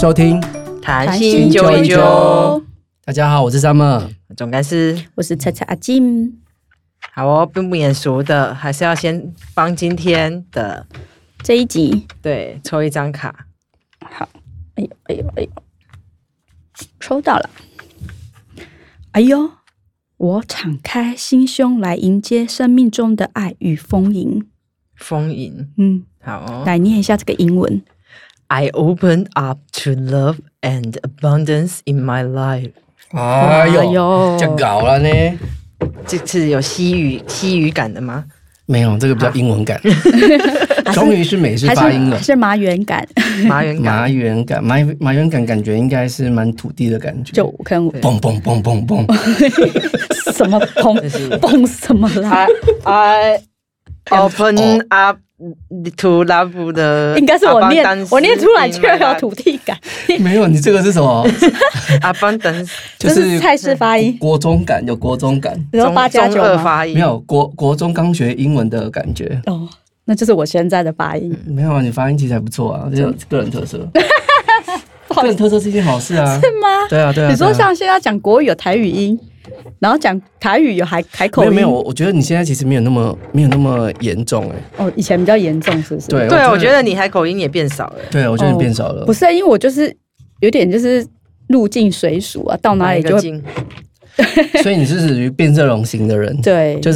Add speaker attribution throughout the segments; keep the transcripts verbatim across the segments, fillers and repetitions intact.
Speaker 1: 收听
Speaker 2: 谈心揪一揪。
Speaker 1: 大家好，我是 Summer
Speaker 2: 总干事，
Speaker 3: 我是菜菜阿金。
Speaker 2: 好哦，并不眼熟的，还是要先帮今天的
Speaker 3: 这一集
Speaker 2: 对抽一张卡。
Speaker 3: 好，哎呦哎呦哎呦，抽到了。哎呦，我敞开心胸来迎接生命中的爱与丰盈。
Speaker 2: 丰盈，
Speaker 3: 嗯，
Speaker 2: 好哦，
Speaker 3: 来念一下这个英文。
Speaker 2: I open up to love and abundance in my life。
Speaker 1: 哎呦，这搞了呢？
Speaker 2: 这次有西语西语感的吗？
Speaker 1: 没有，这个比较英文感。终于是美式发音了，
Speaker 3: 是麻圆感，
Speaker 2: 麻圆感，
Speaker 1: 麻圆感，麻麻圆感，感觉应该是蛮土地的感觉，
Speaker 3: 就可能
Speaker 1: 蹦蹦蹦蹦蹦，
Speaker 3: 什么蹦蹦什么啦
Speaker 2: ？I open up to love 的，
Speaker 3: 应该是我念，我念出来就有土地感。
Speaker 1: 没有，你这个是什么
Speaker 2: ？abundance
Speaker 1: 就是
Speaker 3: 菜式发音，
Speaker 1: 国中感有国中感，
Speaker 3: 然后八加九
Speaker 2: 发音
Speaker 1: 没有国国中刚学英文的感觉
Speaker 3: 哦。那就是我现在的发音。
Speaker 1: 没有啊，你发音其实还不错啊，这个人特色。个人特色是一件好事啊。
Speaker 3: 是吗？
Speaker 1: 对啊，对啊。
Speaker 3: 你说像现在讲国语有台语音，然后讲台语有海海口音。
Speaker 1: 没有，没有，我觉得你现在其实没有那么没有那么严重哎、
Speaker 3: 欸。哦，以前比较严重，是不是？
Speaker 1: 对，
Speaker 2: 对，我觉得你海口音也变少了。
Speaker 1: 对，我觉得你变少了。
Speaker 3: 哦、不是，因为我就是有点就是入境水属啊，到哪里就会。
Speaker 1: 所以你是属于变色龙型的人。
Speaker 3: 对，
Speaker 1: 就是。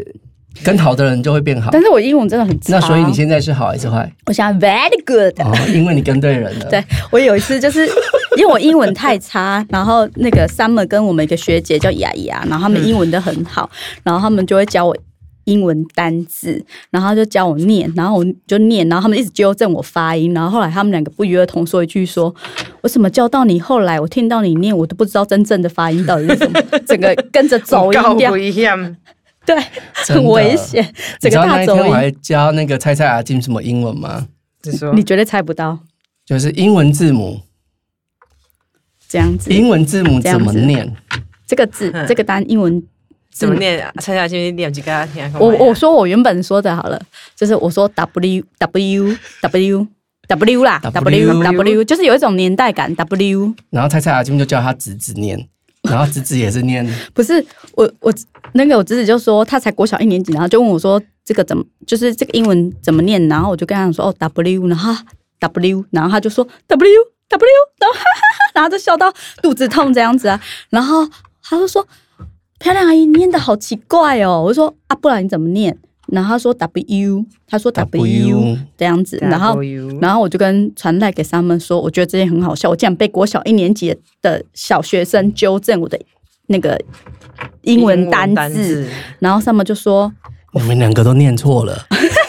Speaker 1: 跟好的人就会变好，
Speaker 3: 但是我英文真的很差。
Speaker 1: 那所以你现在是好还是坏？
Speaker 3: 我现在 very good，、
Speaker 1: 哦、因为你跟对人了。
Speaker 3: 对，我有一次就是因为我英文太差，然后那个 Summer 跟我们一个学姐叫雅雅，然后他们英文都很好，然后他们就会教我英文单字，然后就教我念，然后我就念，然后他们一直纠正我发音，然后后来他们两个不约而同说一句说：“我怎么教到你？后来我听到你念，我都不知道真正的发音到底是什么，整个跟着走音调
Speaker 2: 不一样。”
Speaker 3: 对，很危险。
Speaker 1: 你知道那一天我还教那个猜猜阿金什么英文吗？
Speaker 3: 你绝对猜不到，
Speaker 1: 就是英文字母
Speaker 3: 这样子。
Speaker 1: 英文字母怎么念？
Speaker 3: 这个字，这个单英文
Speaker 2: 怎么念？猜猜阿金念几个？
Speaker 3: 我我说我原本说的好了，就是我说 W W W W 啦 ，W W 就是有一种年代感 W。
Speaker 1: 然后猜猜阿金就叫他侄子念。然后侄子也是念，
Speaker 3: 不是我我那个我侄子就说他才国小一年级，然后就问我说这个怎么就是这个英文怎么念，然后我就跟他说哦 W， 然后 W， 然后他就说 W W， 然后哈哈哈，然后就笑到肚子痛这样子啊，然后他就说漂亮阿姨念得好奇怪哦，我就说啊不然你怎么念？然后他说 W， 他说 W 这样子，然后然后我就跟传赖给他们说，我觉得这件很好笑，我竟然被国小一年级的小学生纠正我的那个英文单字，字然后他们就说
Speaker 1: 我们两个都念错了，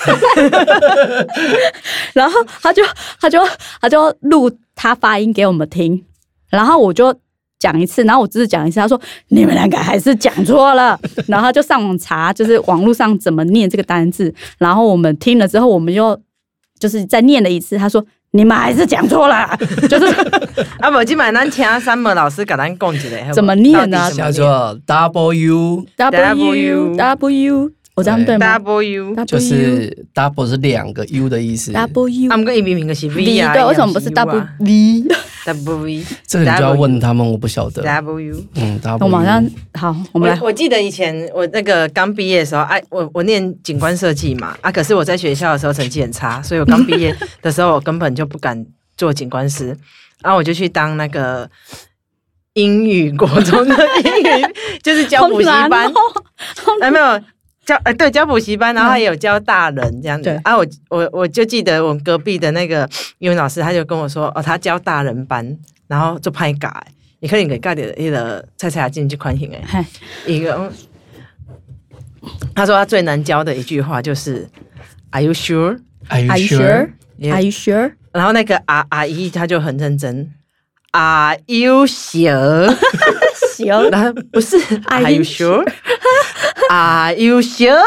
Speaker 3: 然后他就他就他就录他发音给我们听，然后我就。讲一次，然后我只是讲一次，他说你们两个还是讲错了，然后他就上网查，就是网络上怎么念这个单字，然后我们听了之后，我们又就是再念了一次，他说你们还是讲错了，就是
Speaker 2: 啊，不，今晚咱请Summer老师给咱讲一下，
Speaker 3: 怎么念呢？
Speaker 1: 叫做 W
Speaker 3: W W， 我这样对吗
Speaker 2: ？W
Speaker 1: 就是 double 是两个 U 的意思
Speaker 3: ，W，
Speaker 2: 他们跟一明明的是 V 啊，
Speaker 3: 对，为什么不是 W V？
Speaker 2: W，
Speaker 1: 这个你就要问他们，我不晓得。
Speaker 2: W，
Speaker 1: 嗯 ，W。
Speaker 3: 我马上好，我们来。
Speaker 2: 我, 我记得以前我那个刚毕业的时候，哎、啊，我我念景观设计嘛，啊，可是我在学校的时候成绩很差，所以我刚毕业的时候我根本就不敢做景观师，然后我就去当那个英语国中的英语，就是教补习班，哎、哦，没有。教呃对教补习班，然后他也有教大人这样子、嗯、啊，我我我就记得我们隔壁的那个英文老师，他就跟我说哦，他教大人班，然后就拍改，你可以给改的那个菜菜进去宽型哎，一个、嗯，他说他最难教的一句话就是 Are you sure?
Speaker 1: Are you sure?
Speaker 3: Are you sure?
Speaker 2: 然后那个阿阿姨他就很认真 ，Are you sure?
Speaker 3: 行，
Speaker 2: 然后不是 Are you sure? Are you sure?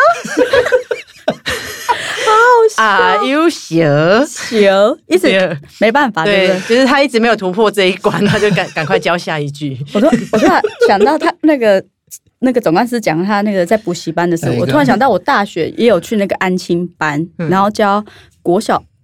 Speaker 3: 好好笑
Speaker 2: Are you sure?
Speaker 3: 行，一直没办法，对不对？
Speaker 2: 就是他一直没有突破这一关，他就赶赶快教下一句。
Speaker 3: 我说，我突然想到他那个那个总干事讲他那个在补习班的时候，我突然想到我大学也有去那个安亲班，嗯、然后教国小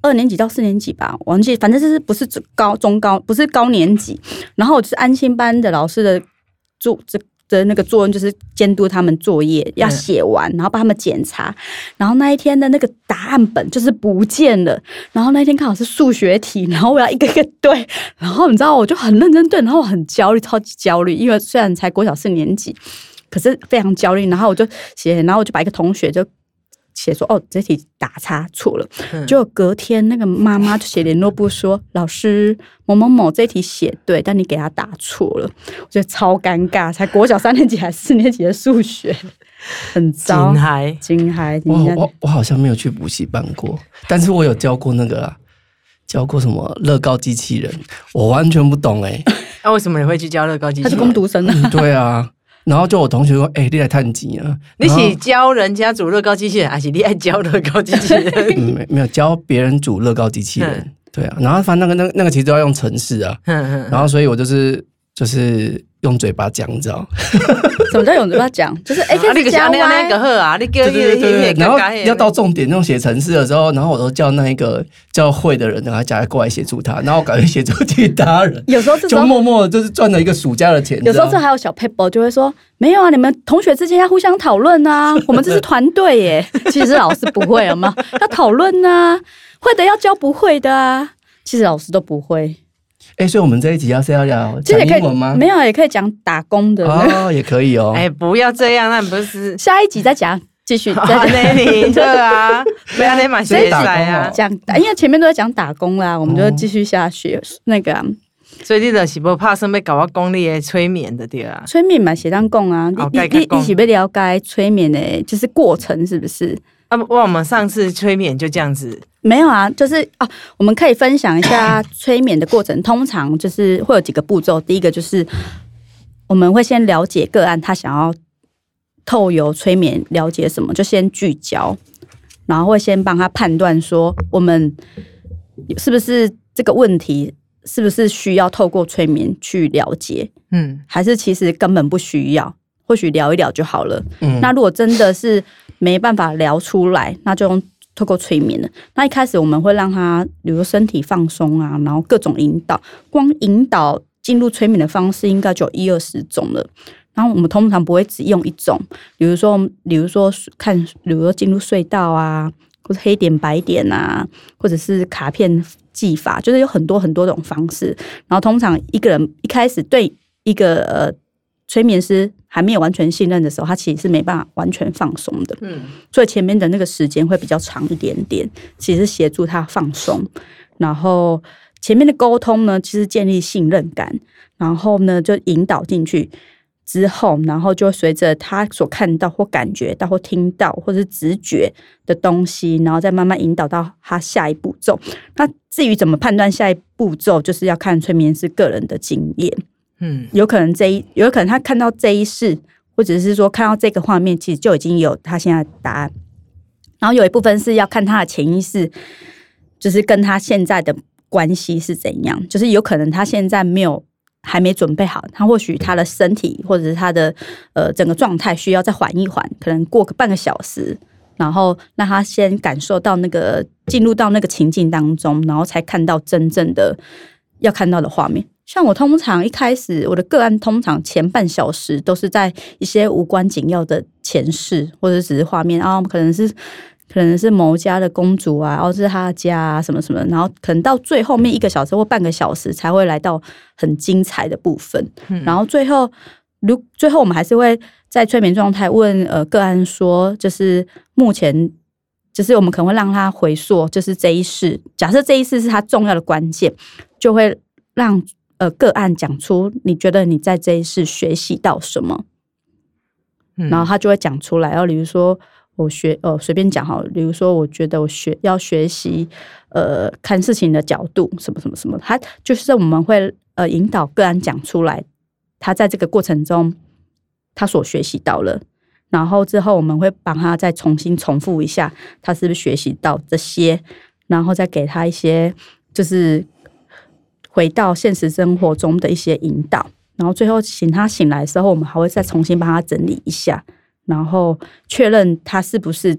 Speaker 3: 二年级到四年级吧，我忘记，反正就是不是高中高，不是高年级。然后我就是安心班的老师的做这。的那个作用就是监督他们作业要写完，然后帮他们检查。然后那一天的那个答案本就是不见了，然后那一天刚好是数学题，然后我要一个一个对，然后你知道我就很认真对，然后我很焦虑，超级焦虑，因为虽然才国小四年级，可是非常焦虑。然后我就写，然后我就把一个同学就写说哦，这题打叉错了。结果隔天那个妈妈就写联络簿说，老师某某某这题写对，但你给他打错了。我觉得超尴尬，才国小三年级还是四年级的数学，很糟。
Speaker 2: 惊嗨
Speaker 3: 惊嗨！
Speaker 1: 我我我好像没有去补习班过，但是我有教过那个啦，教过什么乐高机器人，我完全不懂哎、欸。
Speaker 2: 那、啊、为什么你会去教乐高机器人？
Speaker 3: 他是工读生啊、
Speaker 1: 嗯。对啊。然后就我同学说：“哎、欸，你来探级啊！
Speaker 2: 你是教人家组乐高机器人，还是你爱教乐高机器人？
Speaker 1: 嗯、没没有教别人组乐高机器人，嗯、对啊。然后反正那个那个那个其实都要用程式啊，然后所以我就是就是用嘴巴讲，你知道？
Speaker 3: 什么叫用嘴巴讲？就是哎，
Speaker 2: 你个加那个好啊，你叫
Speaker 1: 对对对对，然后要到重点那种写程式的时候，然后我都叫那一个叫会的人，然后叫他过来协助他，然后我赶快协助其他人。
Speaker 3: 有时候
Speaker 1: 就默默的就是赚了一个暑假的钱。
Speaker 3: 有时候这还有小 paper 就会说，没有啊，你们同学之间要互相讨论啊，我们这是团队耶。其实老师不会好吗？要讨论啊，会的要教不会的啊。其实老师都不会。
Speaker 1: 哎、欸，所以我们这一集要是要聊讲英文吗？
Speaker 3: 没有，也可以讲打工的
Speaker 1: 哦，也可以哦。
Speaker 2: 哎、欸，不要这样，那不是
Speaker 3: 下一集再讲，继续再
Speaker 2: 讲你对啊，不要那么写塞啊。
Speaker 3: 讲，因为前面都在讲打工啦，我们就继续下学、哦、那个、啊。
Speaker 2: 所以你就是不怕生被搞我讲你的催眠的对啊？
Speaker 3: 催眠嘛，写当讲啊，你你你你是不了解催眠的，就是过程是不是？
Speaker 2: 啊，我们上次催眠就这样子。
Speaker 3: 没有啊，就是啊，我们可以分享一下催眠的过程。通常就是会有几个步骤，第一个就是我们会先了解个案他想要透由催眠了解什么，就先聚焦，然后会先帮他判断说我们是不是这个问题是不是需要透过催眠去了解，嗯，还是其实根本不需要，或许聊一聊就好了。嗯，那如果真的是没办法聊出来，那就用透过催眠的。那一开始我们会让他比如身体放松啊，然后各种引导，光引导进入催眠的方式应该就有一二十种了。然后我们通常不会只用一种，比如说比如说看比如说进入隧道啊，或者黑点白点啊，或者是卡片技法，就是有很多很多种方式。然后通常一个人一开始对一个呃催眠师还没有完全信任的时候，他其实是没办法完全放松的。嗯，所以前面的那个时间会比较长一点点，其实协助他放松。然后前面的沟通呢，其实建立信任感，然后呢就引导进去之后，然后就随着他所看到或感觉到或听到或是直觉的东西，然后再慢慢引导到他下一步骤。那至于怎么判断下一步骤，就是要看催眠师个人的经验。嗯，有可能这一，有可能他看到这一世，或者是说看到这个画面，其实就已经有他现在的答案。然后有一部分是要看他的潜意识，就是跟他现在的关系是怎样。就是有可能他现在没有还没准备好，他或许他的身体或者是他的呃整个状态需要再缓一缓，可能过个半个小时，然后让他先感受到那个进入到那个情境当中，然后才看到真正的要看到的画面。像我通常一开始我的个案通常前半小时都是在一些无关紧要的前世或者只是画面啊，可能是可能是某家的公主啊，然后是他家啊什么什么，然后可能到最后面一个小时或半个小时才会来到很精彩的部分。嗯、然后最后如最后我们还是会在催眠状态问呃个案说，就是目前就是我们可能会让他回溯，就是这一世，假设这一世是他重要的关键，就会让呃，个案讲出你觉得你在这一世学习到什么，嗯、然后他就会讲出来。然后比如说我学呃随便讲好了，比如说我觉得我学要学习呃看事情的角度什么什么什么，他就是我们会呃引导个案讲出来，他在这个过程中他所学习到了，然后之后我们会帮他再重新重复一下，他是不是学习到这些，然后再给他一些就是回到现实生活中的一些引导，然后最后请他醒来的时候，我们还会再重新帮他整理一下，然后确认他是不是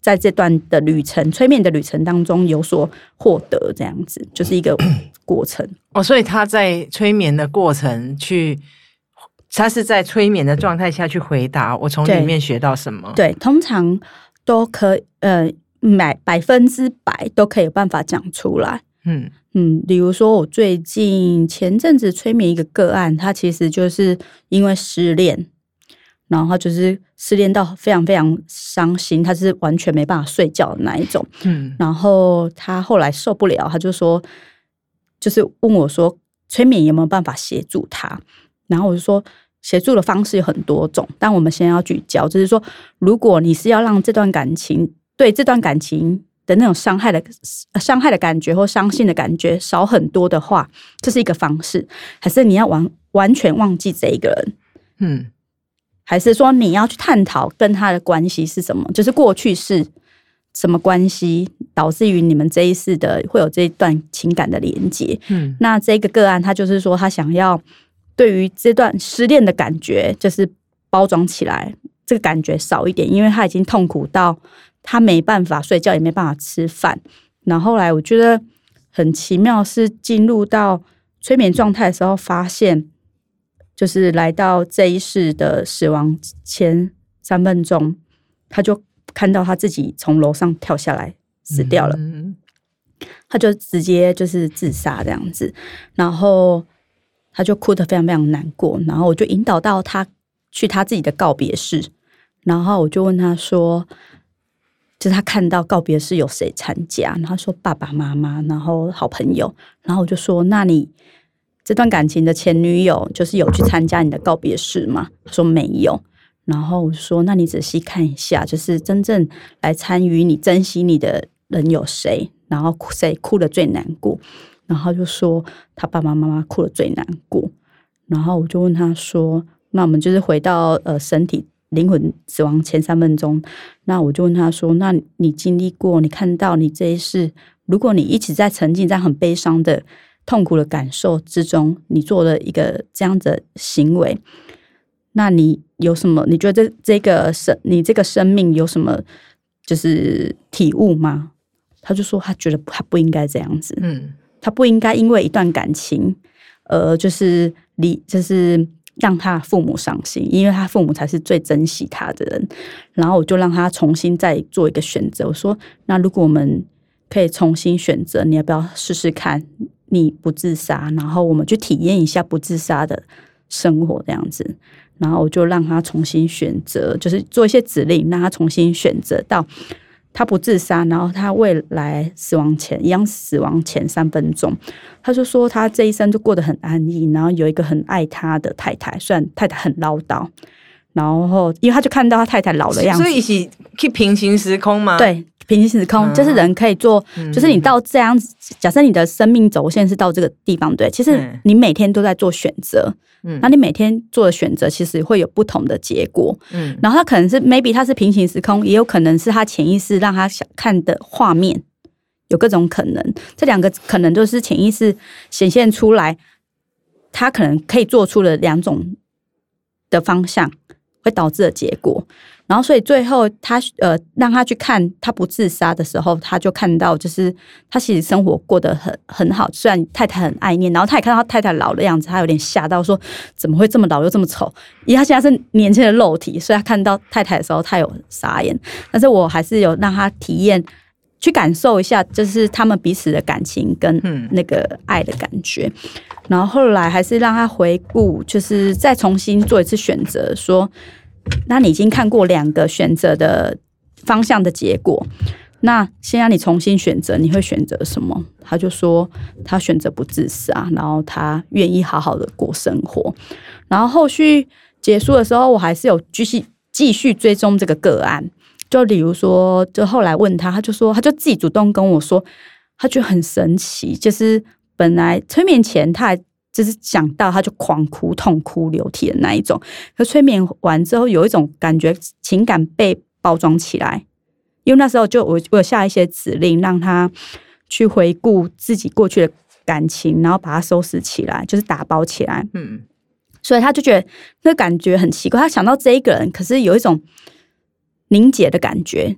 Speaker 3: 在这段的旅程催眠的旅程当中有所获得，这样子就是一个过程。
Speaker 2: 哦，所以他在催眠的过程去，他是在催眠的状态下去回答我从里面学到什么。
Speaker 3: 对，通常都可以呃百百分之百都可以有办法讲出来。嗯嗯，比如说我最近前阵子催眠一个个案，他其实就是因为失恋，然后他就是失恋到非常非常伤心，他是完全没办法睡觉的那一种。嗯，然后他后来受不了，他就说，就是问我说，催眠有没有办法协助他？然后我就说，协助的方式有很多种，但我们先要聚焦，就是说，如果你是要让这段感情对这段感情的那种伤害的伤害的感觉或伤心的感觉少很多的话，这是一个方式。还是你要完完全忘记这一个人？嗯。还是说你要去探讨跟他的关系是什么，就是过去是什么关系导致于你们这一世的会有这一段情感的连结。嗯，那这个个案他就是说他想要对于这段失恋的感觉就是包装起来，这个感觉少一点，因为他已经痛苦到他没办法睡觉也没办法吃饭。然后后来我觉得很奇妙是进入到催眠状态的时候发现，就是来到这一世的死亡前三分钟，他就看到他自己从楼上跳下来死掉了，嗯、他就直接就是自杀这样子，然后他就哭得非常非常难过，然后我就引导到他去他自己的告别式，然后我就问他说，就是他看到告别式有谁参加，然后他说爸爸妈妈，然后好朋友，然后我就说那你这段感情的前女友就是有去参加你的告别式吗？他说没有。然后我说那你仔细看一下，就是真正来参与你珍惜你的人有谁，然后谁哭得最难过。然后就说他爸爸妈妈哭得最难过。然后我就问他说那我们就是回到呃身体灵魂死亡前三分钟，那我就问他说那你经历过，你看到你这一世，如果你一直在沉浸在很悲伤的痛苦的感受之中，你做了一个这样的行为，那你有什么？你觉得这这个生你这个生命有什么就是体悟吗？他就说他觉得他不应该这样子，嗯，他不应该因为一段感情，呃，就是离就是让他父母伤心，因为他父母才是最珍惜他的人。然后我就让他重新再做一个选择，我说那如果我们可以重新选择，你要不要试试看？你不自杀，然后我们去体验一下不自杀的生活这样子。然后我就让他重新选择，就是做一些指令，让他重新选择到他不自杀，然后他未来死亡前一样死亡前三分钟，他就说他这一生就过得很安逸，然后有一个很爱他的太太，虽然太太很唠叨，然后因为他就看到他太太老的样子，
Speaker 2: 所以是去平行时空吗？
Speaker 3: 对，平行时空、嗯、就是人可以做、嗯、就是你到这样子，假设你的生命轴线是到这个地方，对，其实你每天都在做选择，嗯，那你每天做的选择其实会有不同的结果，嗯，然后他可能是 maybe 他是平行时空，也有可能是他潜意识让他想看的画面，有各种可能，这两个可能都是潜意识显现出来，他可能可以做出了两种的方向会导致的结果。然后所以最后他呃让他去看他不自杀的时候，他就看到就是他其实生活过得很很好，虽然太太很爱念，然后他也看到他太太老的样子，他有点吓到说怎么会这么老又这么丑，因为他现在是年轻的肉体，所以他看到太太的时候他有傻眼，但是我还是有让他体验去感受一下就是他们彼此的感情跟那个爱的感觉、嗯、然后后来还是让他回顾，就是再重新做一次选择，说那你已经看过两个选择的方向的结果，那现在你重新选择，你会选择什么？他就说他选择不自杀，然后他愿意好好的过生活。然后后续结束的时候，我还是有继续继续追踪这个个案，就比如说就后来问他，他就说他就自己主动跟我说，他觉得很神奇，就是本来催眠前他还就是想到他就狂哭痛哭流涕的那一种，可催眠完之后有一种感觉情感被包装起来，因为那时候就我我有下一些指令让他去回顾自己过去的感情，然后把它收拾起来，就是打包起来，嗯，所以他就觉得那感觉很奇怪，他想到这一个人可是有一种凝结的感觉，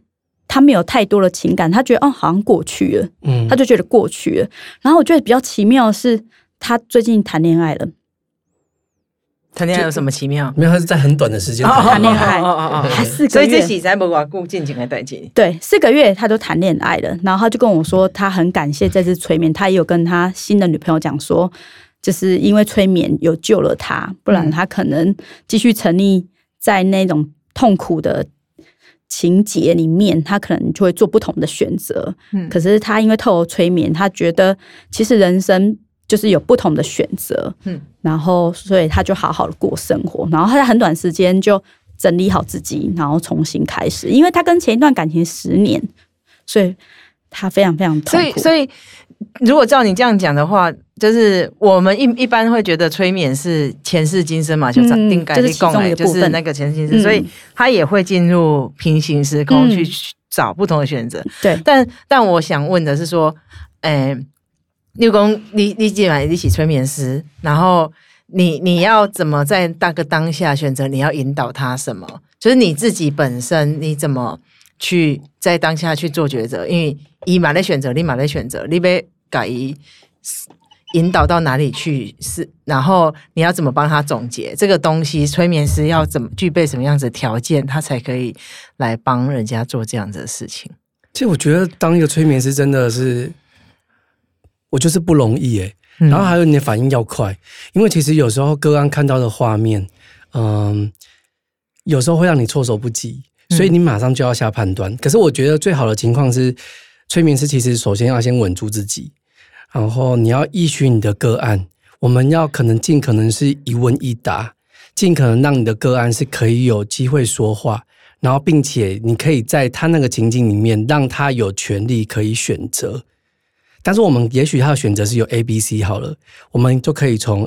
Speaker 3: 他没有太多的情感，他觉得哦好像过去了，嗯，他就觉得过去了。然后我觉得比较奇妙的是，他最近谈恋爱了。
Speaker 2: 谈恋爱有什么奇妙？
Speaker 1: 没有，他是在很短的时间
Speaker 3: 谈恋爱，还四个月，
Speaker 2: 所以这是在无偌久进前的代志。
Speaker 3: 对，四个月他就谈恋爱了，然后他就跟我说，他很感谢这次催眠，他也有跟他新的女朋友讲说，就是因为催眠有救了他，不然他可能继续沉溺在那种痛苦的情节里面，他可能就会做不同的选择。嗯，可是他因为透过催眠，他觉得其实人生就是有不同的选择，嗯，然后所以他就好好的过生活，然后他在很短时间就整理好自己，然后重新开始。因为他跟前一段感情十年，所以他非常非常痛苦。
Speaker 2: 所以，所以如果照你这样讲的话，就是我们一一般会觉得催眠是前世今生嘛，就定改立共哎，就是那个前世今生，嗯，所以他也会进入平行时空去找不同的选择。
Speaker 3: 对，嗯，
Speaker 2: 但但我想问的是说，诶，欸，例如说你你既然你是催眠师，然后你你要怎么在那个当下选择？你要引导他什么？就是你自己本身你怎么去在当下去做抉择？因为伊嘛在选择，你嘛在选择，你要改引导到哪里去？是，然后你要怎么帮他总结这个东西？催眠师要怎么具备什么样子的条件，他才可以来帮人家做这样子的事情？
Speaker 1: 其实我觉得当一个催眠师真的是，我就是不容易耶。然后还有你的反应要快，因为其实有时候个案看到的画面，嗯，有时候会让你措手不及，所以你马上就要下判断。可是我觉得最好的情况是，催眠师其实首先要先稳住自己。然后你要依循你的个案，我们要可能尽可能是一问一答，尽可能让你的个案是可以有机会说话，然后并且你可以在他那个情境里面让他有权利可以选择。但是我们也许他的选择是有 A、B、C 好了，我们就可以从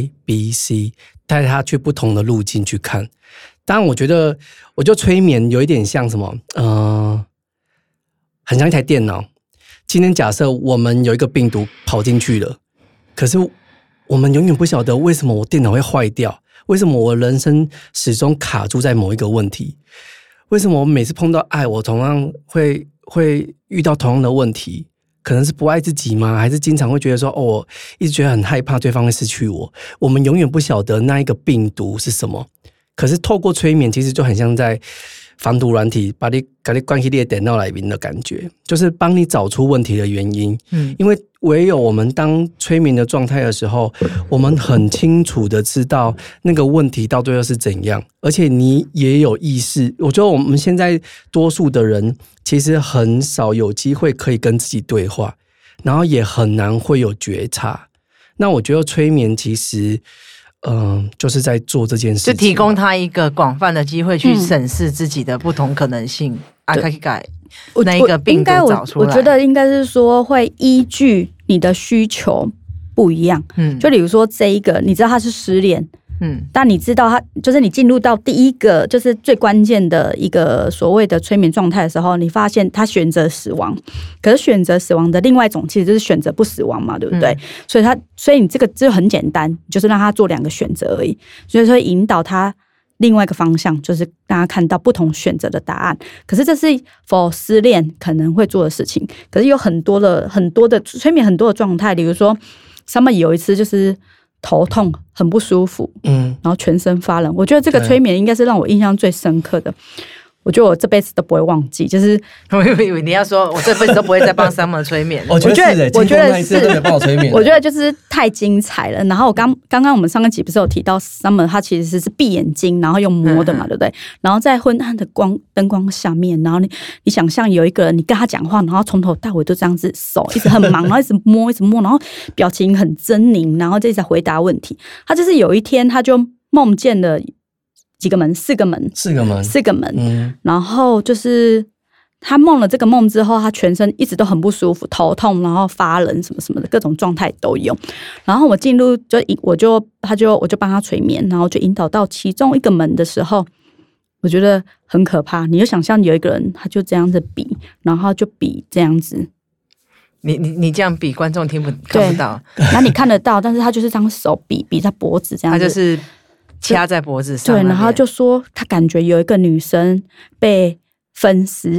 Speaker 1: A、B、C 带他去不同的路径去看。当然我觉得我就催眠有一点像什么呃，很像一台电脑。今天假设我们有一个病毒跑进去了，可是我们永远不晓得为什么我电脑会坏掉，为什么我人生始终卡住在某一个问题，为什么我每次碰到爱我同样会会遇到同样的问题，可能是不爱自己吗？还是经常会觉得说哦，我一直觉得很害怕对方会失去我，我们永远不晓得那一个病毒是什么。可是透过催眠其实就很像在防毒软体把你把你关起你的电脑里面的感觉，就是帮你找出问题的原因。嗯，因为唯有我们当催眠的状态的时候，我们很清楚的知道那个问题到最后是怎样，而且你也有意识。我觉得我们现在多数的人其实很少有机会可以跟自己对话，然后也很难会有觉察。那我觉得催眠其实嗯，就是在做这件事情，
Speaker 2: 就提供他一个广泛的机会去审视自己的不同可能性，啊，可以改那一个病毒找出来。
Speaker 3: 我觉得应该是说会依据你的需求不一样，嗯，就比如说这一个，你知道他是失恋，嗯，但你知道他就是你进入到第一个就是最关键的一个所谓的催眠状态的时候，你发现他选择死亡，可是选择死亡的另外一种其实就是选择不死亡嘛，对不对？嗯，所以他所以你这个就很简单，就是让他做两个选择而已，所以说引导他另外一个方向，就是让他看到不同选择的答案。可是这是 for 失恋可能会做的事情，可是有很多的很多的催眠很多的状态，比如说他们有一次就是头痛很不舒服，嗯，然后全身发冷。我觉得这个催眠应该是让我印象最深刻的，我觉得我这辈子都不会忘记。就是
Speaker 2: 我以为你要说我这辈子都不会再帮 Summer 催眠，
Speaker 1: 我觉得是，
Speaker 3: 我觉得是
Speaker 1: 帮我催眠，
Speaker 3: 我觉得就是太精彩了。然后我刚刚刚我们上个集不是有提到 Summer 他其实是闭眼睛然后用摸的嘛，嗯，对不对？然后在昏暗的光灯光下面，然后你你想象有一个人，你跟他讲话，然后从头到尾都这样子，手一直很忙，然后一直摸一直摸，然后表情很狰狞，然后就一直在回答问题。他就是有一天他就梦见了几个门，四个门，
Speaker 1: 四个门，
Speaker 3: 四个门。嗯，然后就是他梦了这个梦之后，他全身一直都很不舒服，头痛，然后发冷什么什么的，各种状态都有。然后我进入就我就他就我就帮他催眠，然后就引导到其中一个门的时候，我觉得很可怕。你就想象有一个人，他就这样子比，然后就比这样子。
Speaker 2: 你你你这样比，观众听不看不到，
Speaker 3: 然后你看得到，但是他就是这样手比比他脖子这样子，
Speaker 2: 他就是掐在脖子上。
Speaker 3: 对，然后就说他感觉有一个女生被分尸，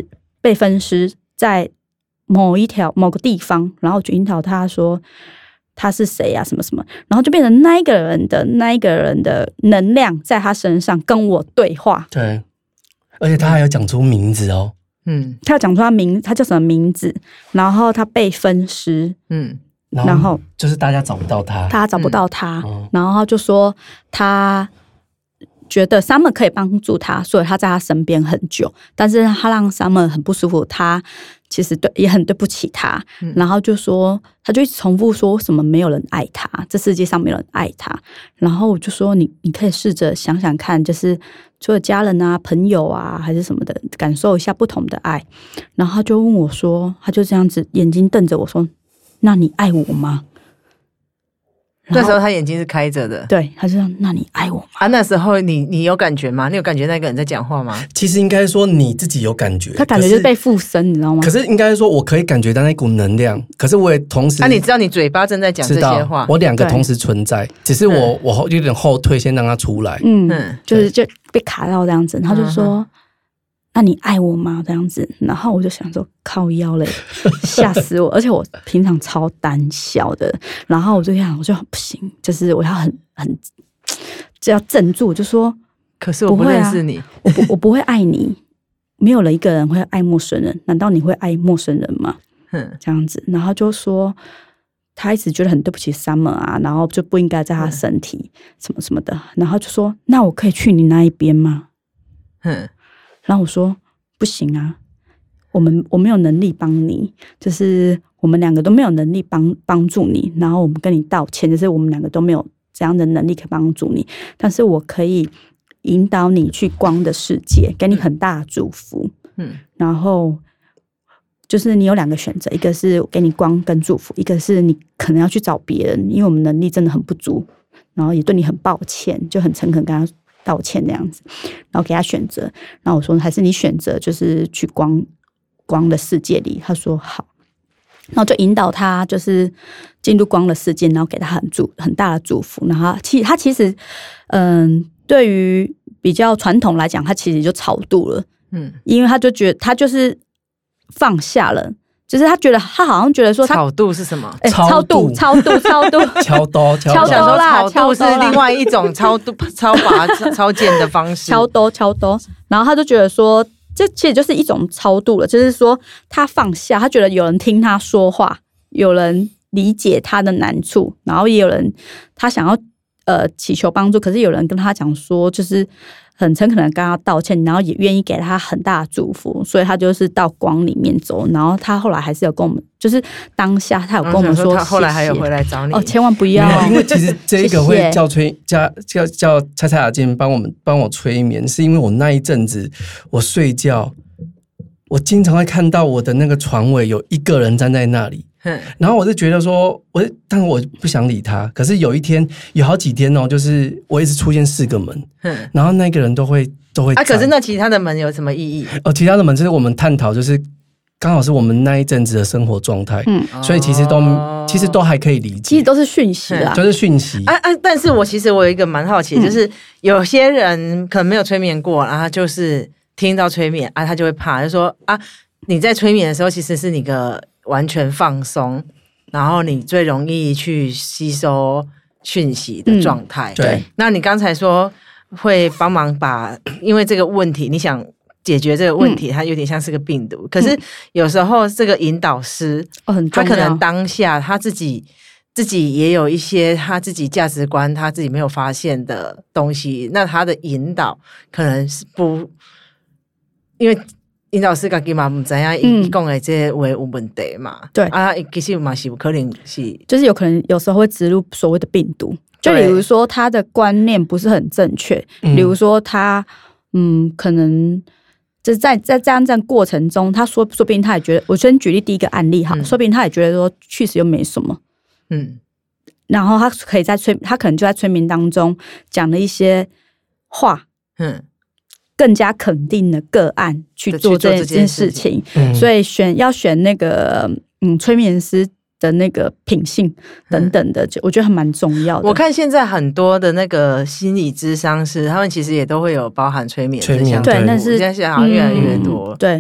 Speaker 3: 被分尸在某一条某个地方，然后就引导他说他是谁啊什么什么，然后就变成那一个人的那一个人的能量在他身上跟我对话。
Speaker 1: 对，而且他还有讲出名字哦。
Speaker 2: 嗯，
Speaker 3: 他要讲出他名，他叫什么名字，然后他被分尸，
Speaker 2: 嗯，
Speaker 3: 然后
Speaker 1: 就是大家找不到他，
Speaker 3: 他找不到他，
Speaker 1: 嗯、
Speaker 3: 然后他就说他觉得 Summer 可以帮助他，所以他在他身边很久，但是他让 Summer 很不舒服，他其实对也很对不起他，嗯、然后就说他就一直重复说为什么没有人爱他，这世界上没有人爱他，然后我就说你你可以试着想想看，就是除了家人啊朋友啊还是什么的，感受一下不同的爱。然后他就问我说，他就这样子眼睛瞪着我说，那你爱我吗？
Speaker 2: 那时候他眼睛是开着的，
Speaker 3: 对，他就说那你爱我吗？
Speaker 2: 啊，那时候你你有感觉吗？你有感觉那个人在讲话吗？
Speaker 1: 其实应该说你自己有感觉，
Speaker 3: 他感觉就是被附身，你知道吗？
Speaker 1: 可是应该说我可以感觉到那股能量，可是我也同时，
Speaker 2: 啊，你知道你嘴巴正在讲这些话，
Speaker 1: 我两个同时存在，只是我、嗯、我有点后退，先让他出来，
Speaker 3: 嗯，就是就被卡到这样子，他就说。嗯那你爱我吗？这样子，然后我就想说靠腰嘞，吓死我！而且我平常超胆小的，然后我就想，我就不行，就是我要很很就要镇住，就说，
Speaker 2: 可是我不认识你，
Speaker 3: 啊、我不我不会爱你，没有人一个人会爱陌生人，难道你会爱陌生人吗？嗯，这样子，然后就说他一直觉得很对不起 Summer 啊，然后就不应该在他身体、嗯、什么什么的，然后就说那我可以去你那一边吗？嗯。然后我说不行啊，我们我没有能力帮你，就是我们两个都没有能力帮帮助你，然后我们跟你道歉，就是我们两个都没有这样的能力可以帮助你，但是我可以引导你去光的世界，给你很大的祝福。嗯，然后就是你有两个选择，一个是给你光跟祝福，一个是你可能要去找别人，因为我们能力真的很不足，然后也对你很抱歉，就很诚恳跟他道歉那样子，然后给他选择，然后我说还是你选择就是去光光的世界里，他说好，然后就引导他就是进入光的世界，然后给他很祝很大的祝福，然后其他其实嗯，对于比较传统来讲，他其实就超度了，嗯，因为他就觉得他就是放下了。就是他觉得，他好像觉得说他，
Speaker 2: 超度是什么？
Speaker 3: 欸、超度，超度，超度，
Speaker 1: 敲刀，
Speaker 3: 敲刀啦，
Speaker 2: 超度是另外一种超度、超拔、超荐的方式。
Speaker 3: 敲刀，敲刀。然后他就觉得说，这其实就是一种超度了，就是说他放下，他觉得有人听他说话，有人理解他的难处，然后也有人他想要呃祈求帮助，可是有人跟他讲说，就是很诚恳的跟他道歉，然后也愿意给他很大的祝福，所以他就是到光里面走。然后他后来还是有跟我们，就是当下他有跟我们说，
Speaker 2: 他后来还有回来找你
Speaker 3: 哦，千万不要、
Speaker 1: 啊，因为其实这个会叫催叫叫叫蔡蔡雅健帮我们帮我催眠，是因为我那一阵子我睡觉，我经常会看到我的那个床尾有一个人站在那里。然后我就觉得说，我但是我不想理他。可是有一天，有好几天哦，就是我一直出现四个门，然后那个人都会都会。
Speaker 2: 啊，可是那其他的门有什么意义？
Speaker 1: 哦，其他的门就是我们探讨，就是刚好是我们那一阵子的生活状态，嗯，所以其实都、哦、其实都还可以理解，
Speaker 3: 其实都是讯息啦，
Speaker 1: 就是讯息。
Speaker 2: 啊啊！但是我其实我有一个蛮好奇，嗯、就是有些人可能没有催眠过，然后就是听到催眠啊，他就会怕，就说啊，你在催眠的时候，其实是你个。完全放松，然后你最容易去吸收讯息的状态、嗯。
Speaker 1: 对，
Speaker 2: 那你刚才说会帮忙把，因为这个问题，你想解决这个问题，嗯、它有点像是个病毒。可是有时候这个引导师，
Speaker 3: 嗯、
Speaker 2: 他可能当下他自己自己也有一些他自己价值观，他自己没有发现的东西。那他的引导可能是不，因为。引导师自己嘛不知道伊讲的这话有问题嘛？
Speaker 3: 对
Speaker 2: 啊，其实嘛是有可能是，
Speaker 3: 就是有可能有时候会植入所谓的病毒，就比如说他的观念不是很正确，比如说他嗯，可能就是在在这样这样过程中，他说说不定他也觉得，我先举例第一个案例哈，嗯、说不定他也觉得说去死又没什么，嗯，然后他可以在催，他可能就在催眠当中讲了一些话，嗯。更加肯定的个案去做这件事情，嗯、所以选要选那个嗯催眠师的那个品性等等的，嗯、我觉得还蛮重要的。
Speaker 2: 我看现在很多的那个心理咨商师，他们其实也都会有包含催眠这项，
Speaker 3: 对，那是
Speaker 2: 现在好像越来越多，
Speaker 3: 嗯、对。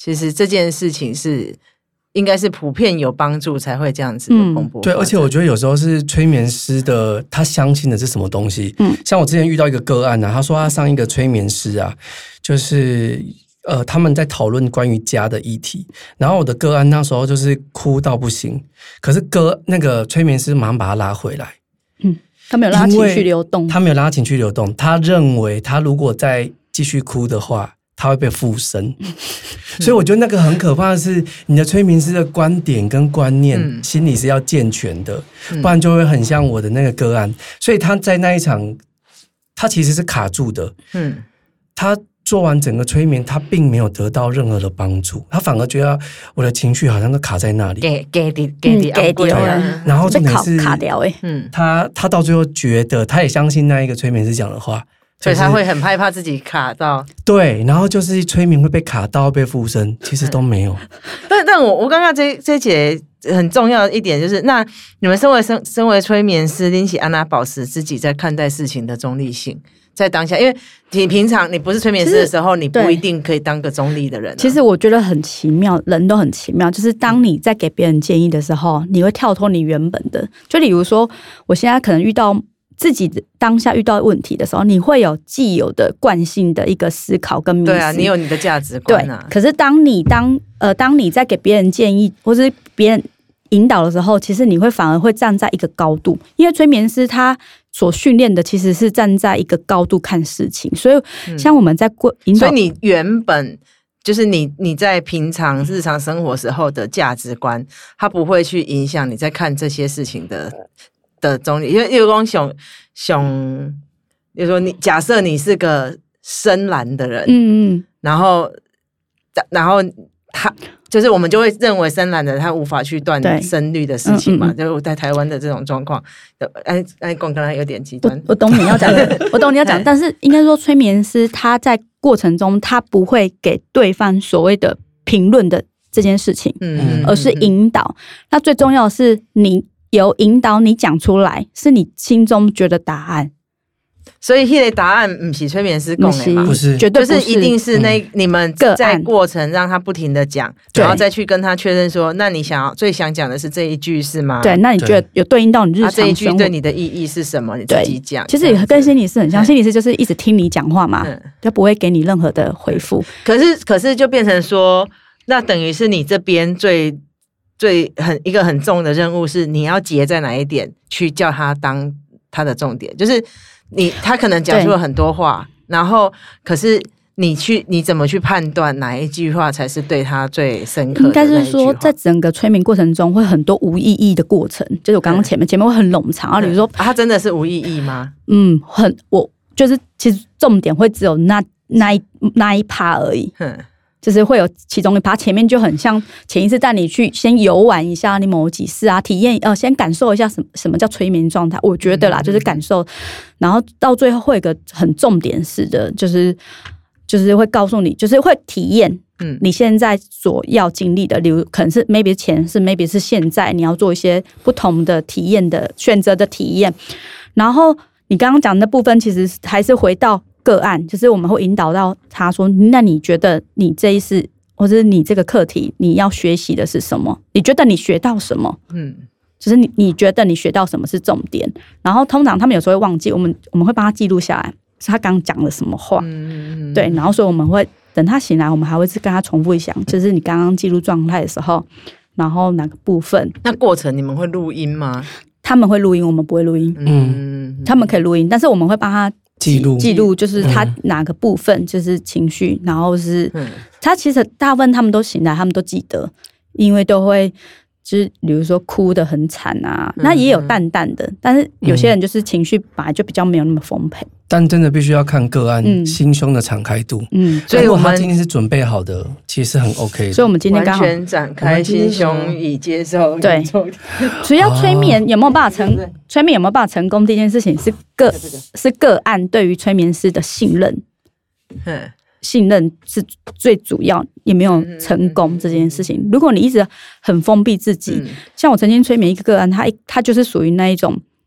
Speaker 2: 其实这件事情是应该是普遍有帮助才会这样子的蓬勃、嗯、
Speaker 1: 对，而且我觉得有时候是催眠师的他相信的是什么东西。嗯，像我之前遇到一个个案啊，他说他上一个催眠师啊，就是呃他们在讨论关于家的议题，然后我的个案那时候就是哭到不行，可是歌那个催眠师马上把他拉回来。嗯，
Speaker 3: 他没有让他情绪流动，
Speaker 1: 他没有让他情绪流动，他认为他如果再继续哭的话，他会被附身。所以我觉得那个很可怕的是，你的催眠师的观点跟观念、嗯、心理是要健全的，不然就会很像我的那个个案。所以他在那一场，他其实是卡住的。嗯，他做完整个催眠，他并没有得到任何的帮助，他反而觉得我的情绪好像都卡在那里，
Speaker 2: 给给的给的给的，
Speaker 1: 然后重点是
Speaker 3: 卡掉哎，
Speaker 1: 嗯，他他到最后觉得，他也相信那一个催眠师讲的话。
Speaker 2: 所以他会很害怕自己卡到，
Speaker 1: 对，然后就是催眠会被卡到被附身，其实都没有。
Speaker 2: 但但我我刚刚这这节很重要的一点就是，那你们身为身身为催眠师，拎起安娜保持自己在看待事情的中立性，在当下，因为你平常你不是催眠师的时候，你不一定可以当个中立的人、啊。
Speaker 3: 其实我觉得很奇妙，人都很奇妙，就是当你在给别人建议的时候，你会跳脱你原本的，就例如说，我现在可能遇到。自己当下遇到问题的时候，你会有既有的惯性的一个思考跟迷思。
Speaker 2: 对啊，你有你的价值观啊。
Speaker 3: 对，可是当你当呃当你在给别人建议或是别人引导的时候，其实你会反而会站在一个高度，因为催眠师他所训练的其实是站在一个高度看事情，所以像我们在过引导，
Speaker 2: 所以你原本。就是你你在平常日常生活时候的价值观，它不会去影响你在看这些事情的的中立。因为例如说熊熊，比如说你假设你是个深蓝的人，嗯嗯，然后然后他就是我们就会认为深蓝的人他无法去断深绿的事情嘛，嗯嗯嗯，就是在台湾的这种状况，哎哎，刚刚有点极端。
Speaker 3: 我, 我懂你要讲的，我懂你要讲，但是应该说催眠师他在过程中他不会给对方所谓的评论的这件事情，嗯，而是引导。那最重要的是你有引导，你讲出来是你心中觉得答案。
Speaker 2: 所以那个答案不是催眠师讲的嘛，
Speaker 1: 不是，
Speaker 3: 绝对不是，
Speaker 2: 就是一定是那、嗯、你们在过程让他不停的讲，然后再去跟他确认说，那你想要最想讲的是这一句是吗？
Speaker 3: 对，那你觉得有对应到你日常生活、啊、
Speaker 2: 这一句对你的意义是什么？你自己讲。
Speaker 3: 其实也跟心理师很像，心理师就是一直听你讲话嘛，他、嗯、不会给你任何的回复。
Speaker 2: 可是，可是就变成说，那等于是你这边最最很一个很重的任务是，你要结在哪一点去叫他当他的重点，就是你他可能讲出了很多话，然后可是你去你怎么去判断哪一句话才是对他最深刻的那一句话？应该是说，在
Speaker 3: 整个催眠过程中会很多无意义的过程，就是我刚刚前面前面会很冗长，然后比如说、
Speaker 2: 啊、他真的是无意义吗？
Speaker 3: 嗯，很我就是其实重点会只有那那一那一趴而已。嗯。就是会有其中一趴，前面就很像潜意识带你去先游玩一下你某几次啊，体验呃，先感受一下什么什么叫催眠状态。我觉得啦，就是感受，然后到最后会有一个很重点式的，就是就是会告诉你，就是会体验，嗯，你现在所要经历的，例如可能是 maybe 前世 ，maybe 是现在，你要做一些不同的体验的选择的体验。然后你刚刚讲的部分，其实还是回到。个案就是我们会引导到他说，那你觉得你这一次或者是你这个课题你要学习的是什么？你觉得你学到什么？嗯，就是你你觉得你学到什么是重点？然后通常他们有时候会忘记，我们我们会帮他记录下来，是他刚刚讲了什么话，嗯，对，然后所以我们会等他醒来，我们还会是跟他重复一下，就是你刚刚记录状态的时候，然后哪个部分？
Speaker 2: 那过程你们会录音吗？
Speaker 3: 他们会录音，我们不会录音。嗯，他们可以录音，但是我们会帮他。
Speaker 1: 记录
Speaker 3: 记录就是他哪个部分就是情绪，嗯、然后是、嗯、他其实大部分他们都醒来，他们都记得，因为都会就是比如说哭得很惨啊，嗯、那也有淡淡的，但是有些人就是情绪本来就比较没有那么丰沛。
Speaker 1: 但真的必须要看个案、嗯、心胸的敞开度，嗯，所以如果他今天是准备好的，其实很 OK 的。
Speaker 3: 所以我们今天刚好
Speaker 2: 完全展开心胸以接受，
Speaker 3: 对，主要催眠有没有办法成，催眠有没有办法成功这件事情是个是个案对于催眠师的信任，嗯，信任是最主要，也没有成功这件事情。如果你一直很封闭自己，嗯、像我曾经催眠一个个案，他他就是属于那一种。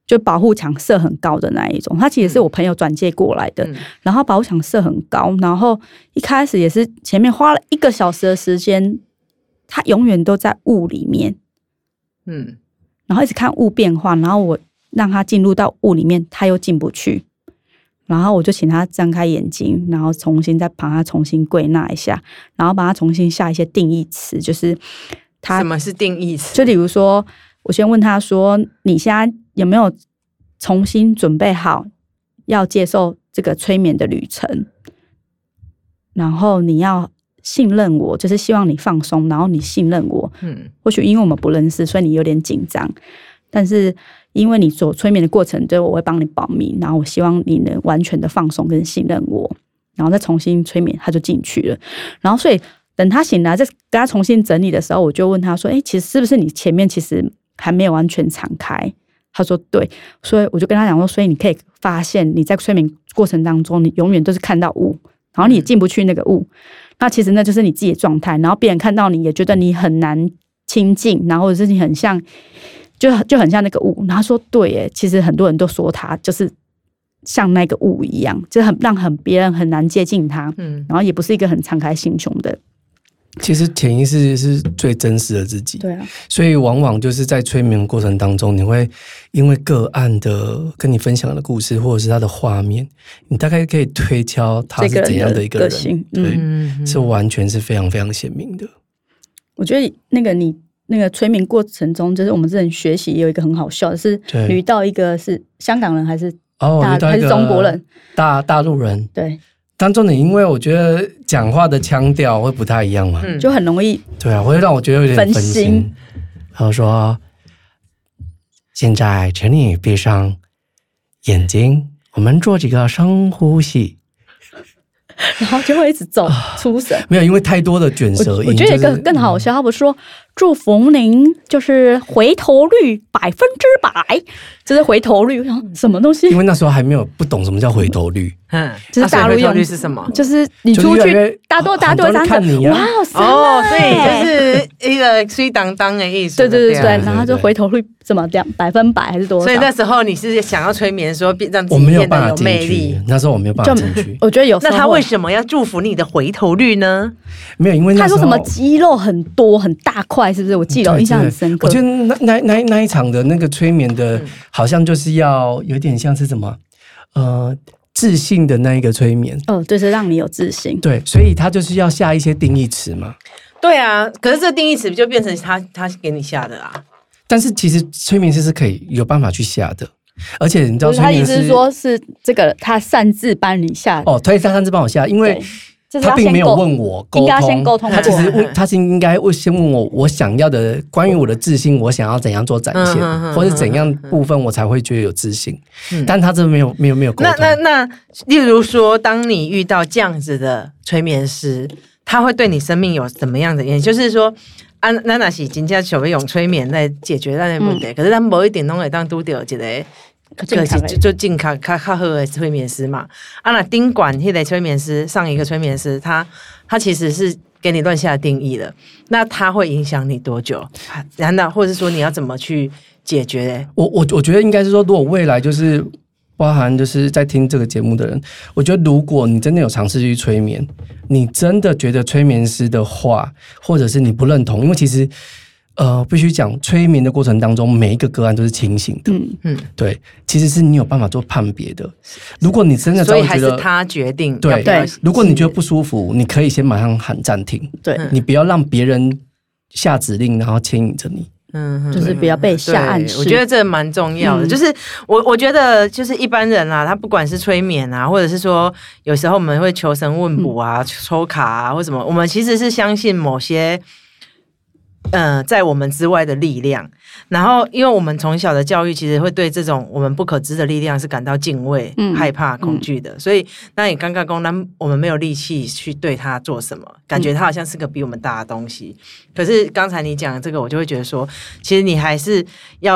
Speaker 3: 就保护墙设很高的那一种，它其实是我朋友转介过来的，嗯、然后保护墙设很高，然后一开始也是前面花了一个小时的时间，他永远都在雾里面，嗯，然后一直看雾变化，然后我让他进入到雾里面，他又进不去，然后我就请他张开眼睛，然后重新再帮他重新归纳一下，然后帮他重新下一些定义词，就是他
Speaker 2: 什么是定义词？
Speaker 3: 就比如说，我先问他说：“你现在有没有重新准备好要接受这个催眠的旅程？然后你要信任我，就是希望你放松，然后你信任我。嗯，或许因为我们不认识，所以你有点紧张，但是因为你做催眠的过程，对我会帮你保密，然后我希望你能完全的放松跟信任我，然后再重新催眠，他就进去了。然后所以等他醒来，再跟他重新整理的时候，我就问他说：‘哎、欸，其实是不是你前面其实还没有完全敞开？’他说对，所以我就跟他讲说，所以你可以发现你在催眠过程当中，你永远都是看到雾，然后你也进不去那个雾。那其实那就是你自己的状态，然后别人看到你也觉得你很难亲近，然后或者是你很像，就就很像那个雾。然后他说对耶，其实很多人都说他就是像那个雾一样，就是很让很别人很难接近他，嗯，然后也不是一个很敞开心胸的。
Speaker 1: 其实潜意识是最真实的自己，
Speaker 3: 对啊，
Speaker 1: 所以往往就是在催眠过程当中，你会因为个案的跟你分享的故事，或者是他的画面，你大概可以推敲他是怎样的一个人，
Speaker 3: 个性，
Speaker 1: 对，
Speaker 3: 嗯，
Speaker 1: 是完全是非常非常鲜明的。
Speaker 3: 我觉得那个你那个催眠过程中，就是我们之前学习有一个很好笑的是，遇到一个是香港人还是
Speaker 1: 哦，
Speaker 3: 还是中国人，
Speaker 1: 大大陆人，
Speaker 3: 对。
Speaker 1: 当中的，因为我觉得讲话的腔调会不太一样嘛，
Speaker 3: 嗯、就很容易
Speaker 1: 对啊，会让我觉得有点分心。然后说，现在请你闭上眼睛，我们做几个深呼吸，
Speaker 3: 然后就会一直走出神。
Speaker 1: 没有，因为太多的卷舌音。
Speaker 3: 我, 我觉得有一个更好笑，他不是说祝福您就是回头率百分之百，就是回头率什么东西？
Speaker 1: 因为那时候还没有不懂什么叫回头率。
Speaker 2: 嗯，
Speaker 3: 就是大陆用
Speaker 2: 率是什么？
Speaker 3: 就是你出去，大多大多
Speaker 1: 看你啊，
Speaker 2: 哇哦，所以就是一个水当当的意思。
Speaker 3: 对对对对，然后就回头率怎么两百分百还是多少？
Speaker 2: 所以那时候你是想要催眠说让自
Speaker 1: 己变
Speaker 2: 得有魅力。
Speaker 1: 那时候我没有办法进去。
Speaker 3: 我觉得有时候，
Speaker 2: 那他为什么要祝福你的回头率呢？
Speaker 1: 没有，因为那
Speaker 3: 他说什么肌肉很多很大块，是不是？我记得我印象很深刻。
Speaker 1: 我觉得那那那那一场的那个催眠的，好像就是要有点像是什么呃。自信的那一个催眠，
Speaker 3: 哦，就是让你有自信。
Speaker 1: 对，所以他就是要下一些定义词嘛。
Speaker 2: 对啊，可是这个定义词就变成他他给你下的啊。
Speaker 1: 但是其实催眠师是可以有办法去下的，而且你知道催眠师，
Speaker 3: 他意思是说是这个他擅自帮你下
Speaker 1: 哦，他擅自帮我下，因为他并没有问我沟通，
Speaker 3: 应该先沟通过，
Speaker 1: 他只是问，他是应该先问我我想要的关于我的自信，我想要怎样做展现，嗯、或者怎样部分我才会觉得有自信。嗯、但他这没有没有没有沟通。
Speaker 2: 那那那，例如说，当你遇到这样子的催眠师，他会对你生命有怎么样的影响？就是说，啊，咱若是真正想要用催眠来解决咱的问题，嗯、可是咱无一定拢会当拄到一个。可是就就进卡卡卡好的催眠师嘛，啊那丁管迄个催眠师上一个催眠师，他他其实是给你乱下定义了，那他会影响你多久？难道或者说你要怎么去解决？
Speaker 1: 我我我觉得应该是说，如果未来就是包含就是在听这个节目的人，我觉得如果你真的有尝试去催眠，你真的觉得催眠师的话，或者是你不认同，因为其实。呃，必须讲，催眠的过程当中，每一个个案都是清醒的。嗯嗯，对，其实是你有办法做判别的。如果你真的
Speaker 2: 所以还是他决定
Speaker 1: 对对，如果你觉得不舒服，你可以先马上喊暂停。
Speaker 3: 对，
Speaker 1: 你不要让别人下指令，然后牵引着你。
Speaker 3: 嗯，就是不要被下暗示。
Speaker 2: 我觉得这蛮重要的。嗯、就是我我觉得，就是一般人啊，他不管是催眠啊，或者是说有时候我们会求神问卜啊、嗯、抽卡啊，或什么，我们其实是相信某些。呃，在我们之外的力量，然后因为我们从小的教育，其实会对这种我们不可知的力量是感到敬畏、嗯、害怕、恐惧的，嗯、所以那你刚刚讲，那我们没有力气去对他做什么，感觉他好像是个比我们大的东西。嗯、可是刚才你讲的这个，我就会觉得说，其实你还是要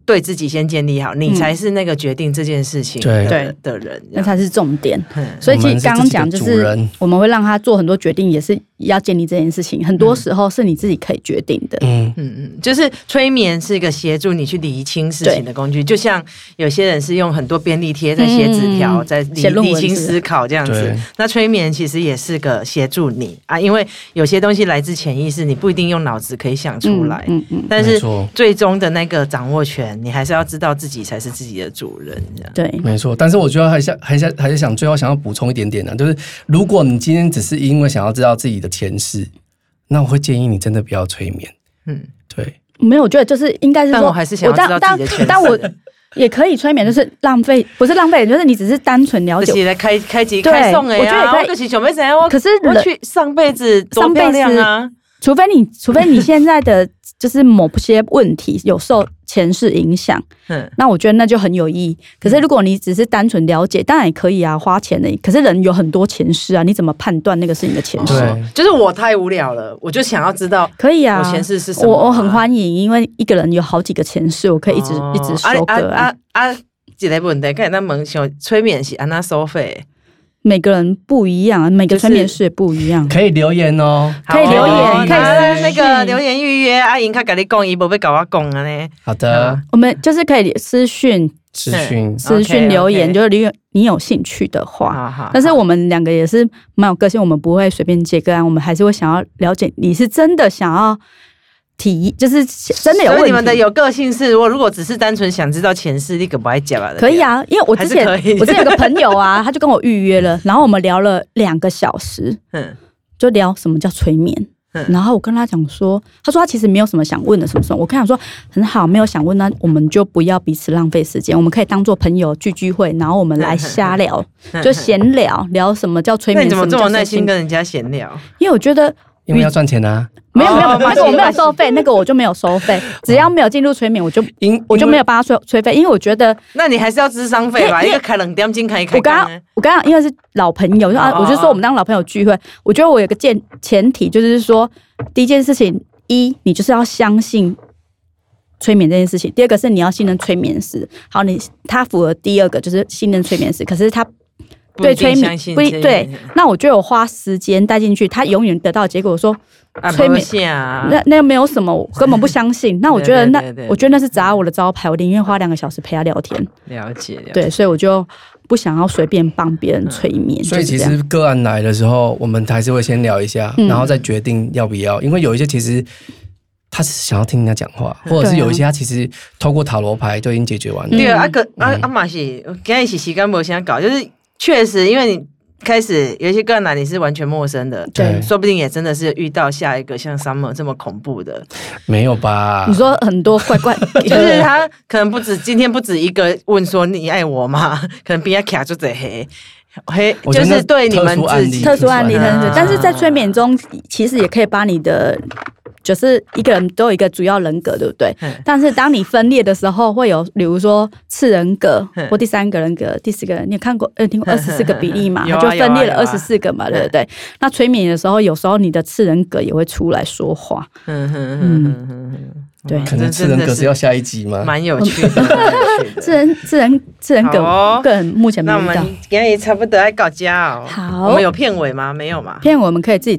Speaker 2: 对自己先建立好，你才是那个决定这件事情的、
Speaker 3: 对
Speaker 2: 的人，
Speaker 3: 那才是重点。所以其实刚刚讲就是我们会让他做很多决定，也是要建立这件事情。很多时候是你自己可以决定的。
Speaker 1: 嗯
Speaker 2: 嗯嗯，就是催眠是一个协助你去理清事情的工具，就像有些人是用很多便利贴在写纸条，在理理清思考这样子。那催眠其实也是个协助你啊，因为有些东西来自潜意识，你不一定用脑子可以想出来。嗯嗯，但是最终的那个掌握权，你还是要知道自己才是自己的主人。
Speaker 3: 对，
Speaker 1: 没错。但是我觉得还是还是还是想最后想要补充一点点呢、啊，就是如果你今天只是因为想要知道自己的前世，那我会建议你真的不要催眠。嗯，对。
Speaker 3: 没有，我觉得就是应该是说，
Speaker 2: 但我还是想要知道自己的前世。
Speaker 3: 但我也可以催眠，就是浪费，不是浪费，就是你只是单纯了解。
Speaker 2: 就是来开开集开送的呀，我觉得也可以。我就是想要知道我，可是我去上辈子多漂亮啊！
Speaker 3: 除非你，除非你现在的就是某些问题有受前世影响，嗯，那我觉得那就很有意义。可是如果你只是单纯了解，当然也可以啊，花钱的。可是人有很多前世啊，你怎么判断那个是你的前世？
Speaker 2: 对，就是我太无聊了，我就想要知道，
Speaker 3: 可以啊，
Speaker 2: 我前世是什么、啊？
Speaker 3: 我我很欢迎，因为一个人有好几个前世，我可以一直、哦、一直收个
Speaker 2: 啊啊啊！一个问题，看咱问想催眠是安那收费？
Speaker 3: 每个人不一样，每个催眠师也不一样。
Speaker 1: 可以留言哦，
Speaker 3: 可以留言，可以
Speaker 2: 那个留言预约。阿莹，他跟你讲，伊无要跟我讲啊呢。
Speaker 1: 好的，
Speaker 3: 我们就是可以私讯、
Speaker 1: 私讯、
Speaker 3: 私讯留言，就是你你有兴趣的话。但是我们两个也是蛮有个性，我们不会随便接个案，我们还是会想要了解你是真的想要。提就是真的有问题，
Speaker 2: 所以你们的有个性是，我如果只是单纯想知道前世，你可不爱讲啊？
Speaker 3: 可以啊，因为我之前我之前有个朋友啊，他就跟我预约了，然后我们聊了两个小时，嗯，就聊什么叫催眠，嗯，然后我跟他讲说，他说他其实没有什么想问的，什么什么，我跟他讲说很好，没有想问，那我们就不要彼此浪费时间，我们可以当做朋友聚聚会，然后我们来瞎聊，就闲聊聊什么叫催眠，
Speaker 2: 那你怎么这么耐心跟人家闲聊？
Speaker 3: 因为我觉得。
Speaker 1: 因为要赚钱啊！
Speaker 3: 没有没有，那个我没有收费，那个我就没有收费。只要没有进入催眠，我就我就没有帮他催催费，因为我觉得，
Speaker 2: 那你还是要咨商费吧？一个开两点钟开一开。
Speaker 3: 我刚刚我刚刚因为是老朋友，就啊，我就说我们当老朋友聚会，我觉得我有个前前提就是说，第一件事情，一你就是要相信催眠这件事情；第二个是你要信任催眠师。好，你他符合第二个就是信任催眠师，可是他。对催眠不对，那我就有花时间带进去，他永远得到结果。我说催眠那那没有什么，我根本不相信。那我觉得那我觉得那是砸我的招牌，我宁愿花两个小时陪他聊天。
Speaker 2: 了解，
Speaker 3: 对，所以我就不想要随便帮别人催眠。
Speaker 1: 所以其实个案来的时候，我们还是会先聊一下，然后再决定要不要。因为有一些其实他是想要听人家讲话，或者是有一些他其实透过塔罗牌就已经解决完了。
Speaker 2: 对啊，个啊啊嘛是，今日是时间无啥搞，就是。确实，因为你开始有一些个案来，你是完全陌生的，对，说不定也真的是遇到下一个像 Summer 这么恐怖的，
Speaker 1: 没有吧？
Speaker 3: 你说很多怪怪，
Speaker 2: 就是他可能不止今天不止一个问说你爱我吗？可能比他卡就这黑。黑就是对你们自己
Speaker 3: 特殊案例，特殊案例，但是在催眠中，其实也可以把你的。就是一个人都有一个主要人格，对不对？但是当你分裂的时候，会有比如说次人格或第三个人格、第四个人。你有看过呃听过二十四个比例嘛？它就分裂了二十四个嘛，对不对？那催眠的时候，有时候你的次人格也会出来说话。嗯嗯，对，
Speaker 1: 可能次人格是要下一集吗？
Speaker 2: 蛮有趣的，
Speaker 3: 次人次人次人格个人目前没有。
Speaker 2: 那我们今天也差不多要到家哦。
Speaker 3: 好，
Speaker 2: 我们有片尾吗？没有嘛？
Speaker 3: 片尾我们可以自己。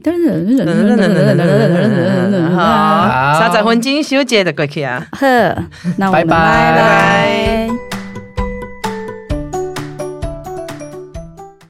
Speaker 2: 好，三十分钟小姐就过去啊。
Speaker 3: 呵，那我们拜
Speaker 1: 拜拜。